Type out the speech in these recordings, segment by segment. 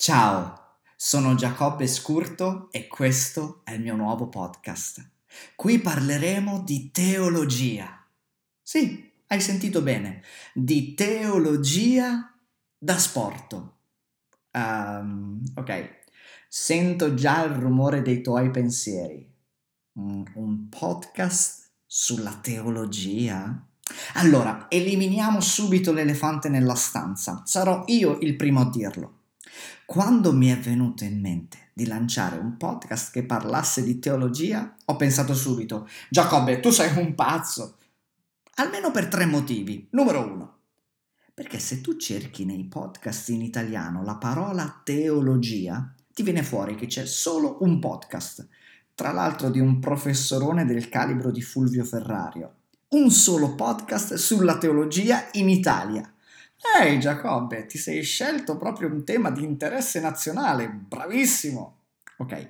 Ciao, sono Giacobbe Scurto e questo è il mio nuovo podcast. Qui parleremo di teologia. Sì, hai sentito bene, di teologia da sport. Ok, sento già il rumore dei tuoi pensieri. Un podcast sulla teologia? Allora, eliminiamo subito l'elefante nella stanza. Sarò io il primo a dirlo. Quando mi è venuto in mente di lanciare un podcast che parlasse di teologia, ho pensato subito, Giacobbe, tu sei un pazzo. Almeno per 3 motivi. Numero 1. Perché se tu cerchi nei podcast in italiano la parola teologia, ti viene fuori che c'è solo un podcast, tra l'altro di un professorone del calibro di Fulvio Ferrario. Un solo podcast sulla teologia in Italia. Ehi Giacobbe, ti sei scelto proprio un tema di interesse nazionale, bravissimo! Ok,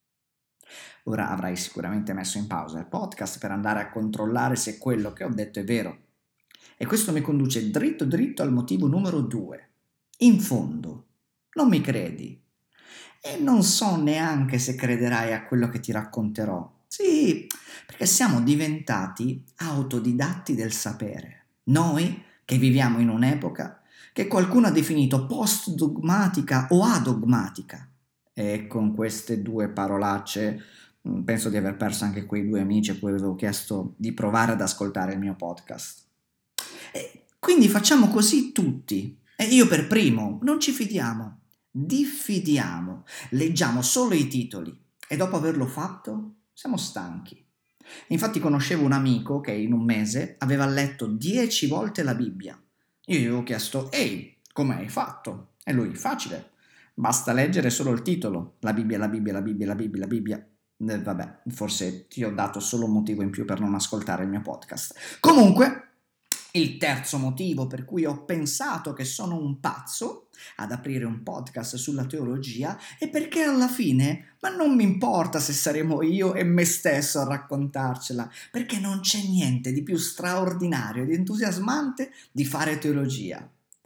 ora avrai sicuramente messo in pausa il podcast per andare a controllare se quello che ho detto è vero. E questo mi conduce dritto dritto al motivo numero 2. In fondo, non mi credi. E non so neanche se crederai a quello che ti racconterò. Sì, perché siamo diventati autodidatti del sapere. Noi che viviamo in un'epoca che qualcuno ha definito post-dogmatica o adogmatica. E con queste due parolacce penso di aver perso anche quei 2 amici a cui avevo chiesto di provare ad ascoltare il mio podcast. E quindi facciamo così tutti. E io per primo, non ci fidiamo, diffidiamo, leggiamo solo i titoli e dopo averlo fatto siamo stanchi. Infatti conoscevo un amico che in un mese aveva letto 10 volte la Bibbia. Io gli avevo chiesto, ehi, come hai fatto? E lui, facile, basta leggere solo il titolo, la Bibbia, la Bibbia, la Bibbia, la Bibbia, la Bibbia. Vabbè, forse ti ho dato solo un motivo in più per non ascoltare il mio podcast. Comunque, il terzo motivo per cui ho pensato che sono un pazzo ad aprire un podcast sulla teologia è perché alla fine, ma non mi importa se saremo io e me stesso a raccontarcela, perché non c'è niente di più straordinario ed entusiasmante di fare teologia.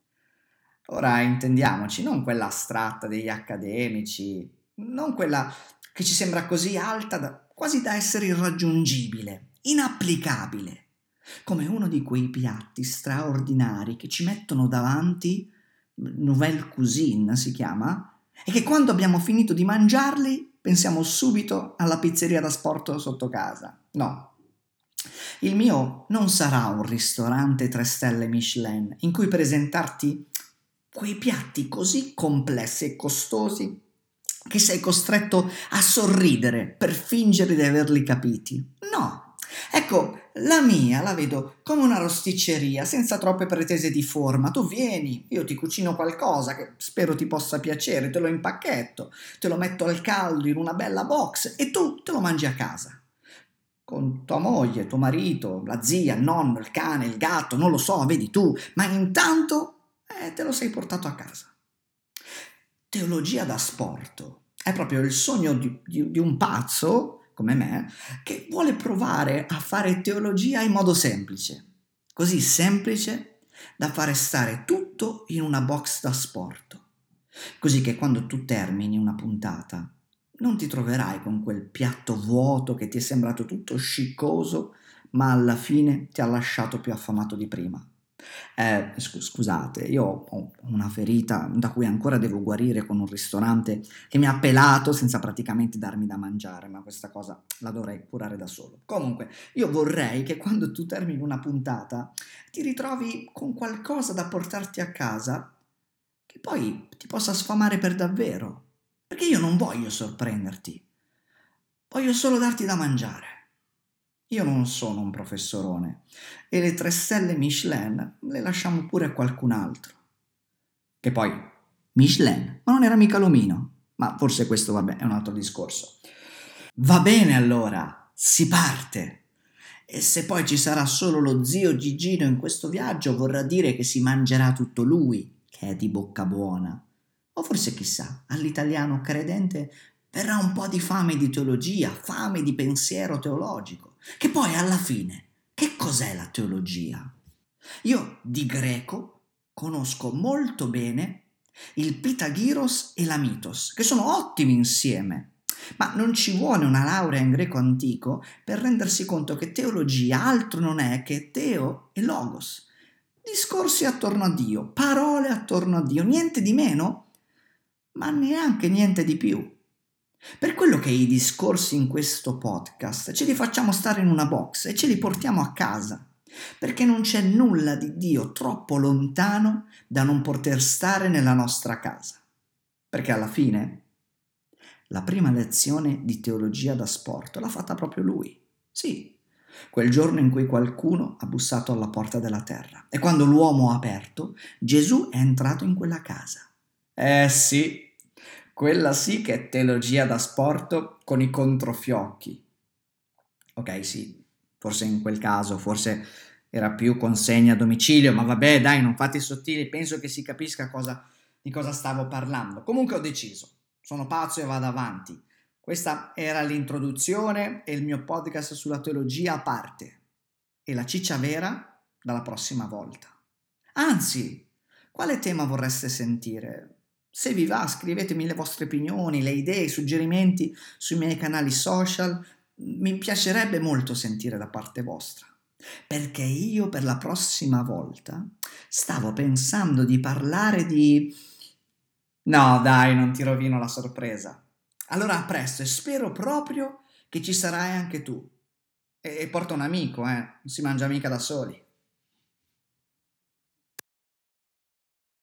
Ora intendiamoci, non quella astratta degli accademici, non quella che ci sembra così alta quasi da essere irraggiungibile, inapplicabile, come uno di quei piatti straordinari che ci mettono davanti, nouvelle cuisine si chiama, e che quando abbiamo finito di mangiarli pensiamo subito alla pizzeria da sport sotto casa. No. Il mio non sarà un ristorante 3 stelle Michelin in cui presentarti quei piatti così complessi e costosi che sei costretto a sorridere per fingere di averli capiti. No, ecco, la mia la vedo come una rosticceria senza troppe pretese di forma. Tu vieni, io ti cucino qualcosa che spero ti possa piacere, te lo impacchetto, te lo metto al caldo in una bella box e tu te lo mangi a casa. Con tua moglie, tuo marito, la zia, il nonno, il cane, il gatto, non lo so, vedi tu, ma intanto te lo sei portato a casa. Teologia da sport è proprio il sogno di un pazzo come me che vuole provare a fare teologia in modo semplice, così semplice da fare stare tutto in una box da sport, così che quando tu termini una puntata non ti troverai con quel piatto vuoto che ti è sembrato tutto sciccoso, ma alla fine ti ha lasciato più affamato di prima. Scusate, io ho una ferita da cui ancora devo guarire con un ristorante che mi ha pelato senza praticamente darmi da mangiare, ma questa cosa la dovrei curare da solo. Comunque, io vorrei che quando tu termini una puntata ti ritrovi con qualcosa da portarti a casa che poi ti possa sfamare per davvero. Perché io non voglio sorprenderti, voglio solo darti da mangiare. Io non sono un professorone e le 3 stelle Michelin le lasciamo pure a qualcun altro. Che poi, Michelin, ma non era mica l'omino. Ma forse questo, vabbè, è un altro discorso. Va bene allora, si parte. E se poi ci sarà solo lo zio Gigino in questo viaggio, vorrà dire che si mangerà tutto lui, che è di bocca buona. O forse chissà, all'italiano credente verrà un po' di fame di teologia, fame di pensiero teologico. Che poi alla fine, che cos'è la teologia? Io di greco conosco molto bene il Pitagiros e la Mitos, che sono ottimi insieme. Ma non ci vuole una laurea in greco antico per rendersi conto che teologia altro non è che Teo e Logos. Discorsi attorno a Dio, parole attorno a Dio, niente di meno, ma neanche niente di più. Per quello che i discorsi in questo podcast ce li facciamo stare in una box e ce li portiamo a casa, perché non c'è nulla di Dio troppo lontano da non poter stare nella nostra casa. Perché alla fine la prima lezione di teologia da sport l'ha fatta proprio lui. Sì, quel giorno in cui qualcuno ha bussato alla porta della terra e quando l'uomo ha aperto, Gesù è entrato in quella casa. Sì, quella sì che è teologia da sport con i controfiocchi. Ok, sì, forse in quel caso, forse era più consegna a domicilio, ma vabbè, dai, non fate i sottili, penso che si capisca di cosa stavo parlando. Comunque ho deciso, sono pazzo e vado avanti. Questa era l'introduzione e il mio podcast sulla teologia a parte. E la ciccia vera dalla prossima volta. Anzi, quale tema vorreste sentire? Se vi va, scrivetemi le vostre opinioni, le idee, i suggerimenti sui miei canali social. Mi piacerebbe molto sentire da parte vostra, perché io per la prossima volta stavo pensando di parlare di... No, dai, non ti rovino la sorpresa. Allora, a presto e spero proprio che ci sarai anche tu. E porta un amico, non si mangia mica da soli.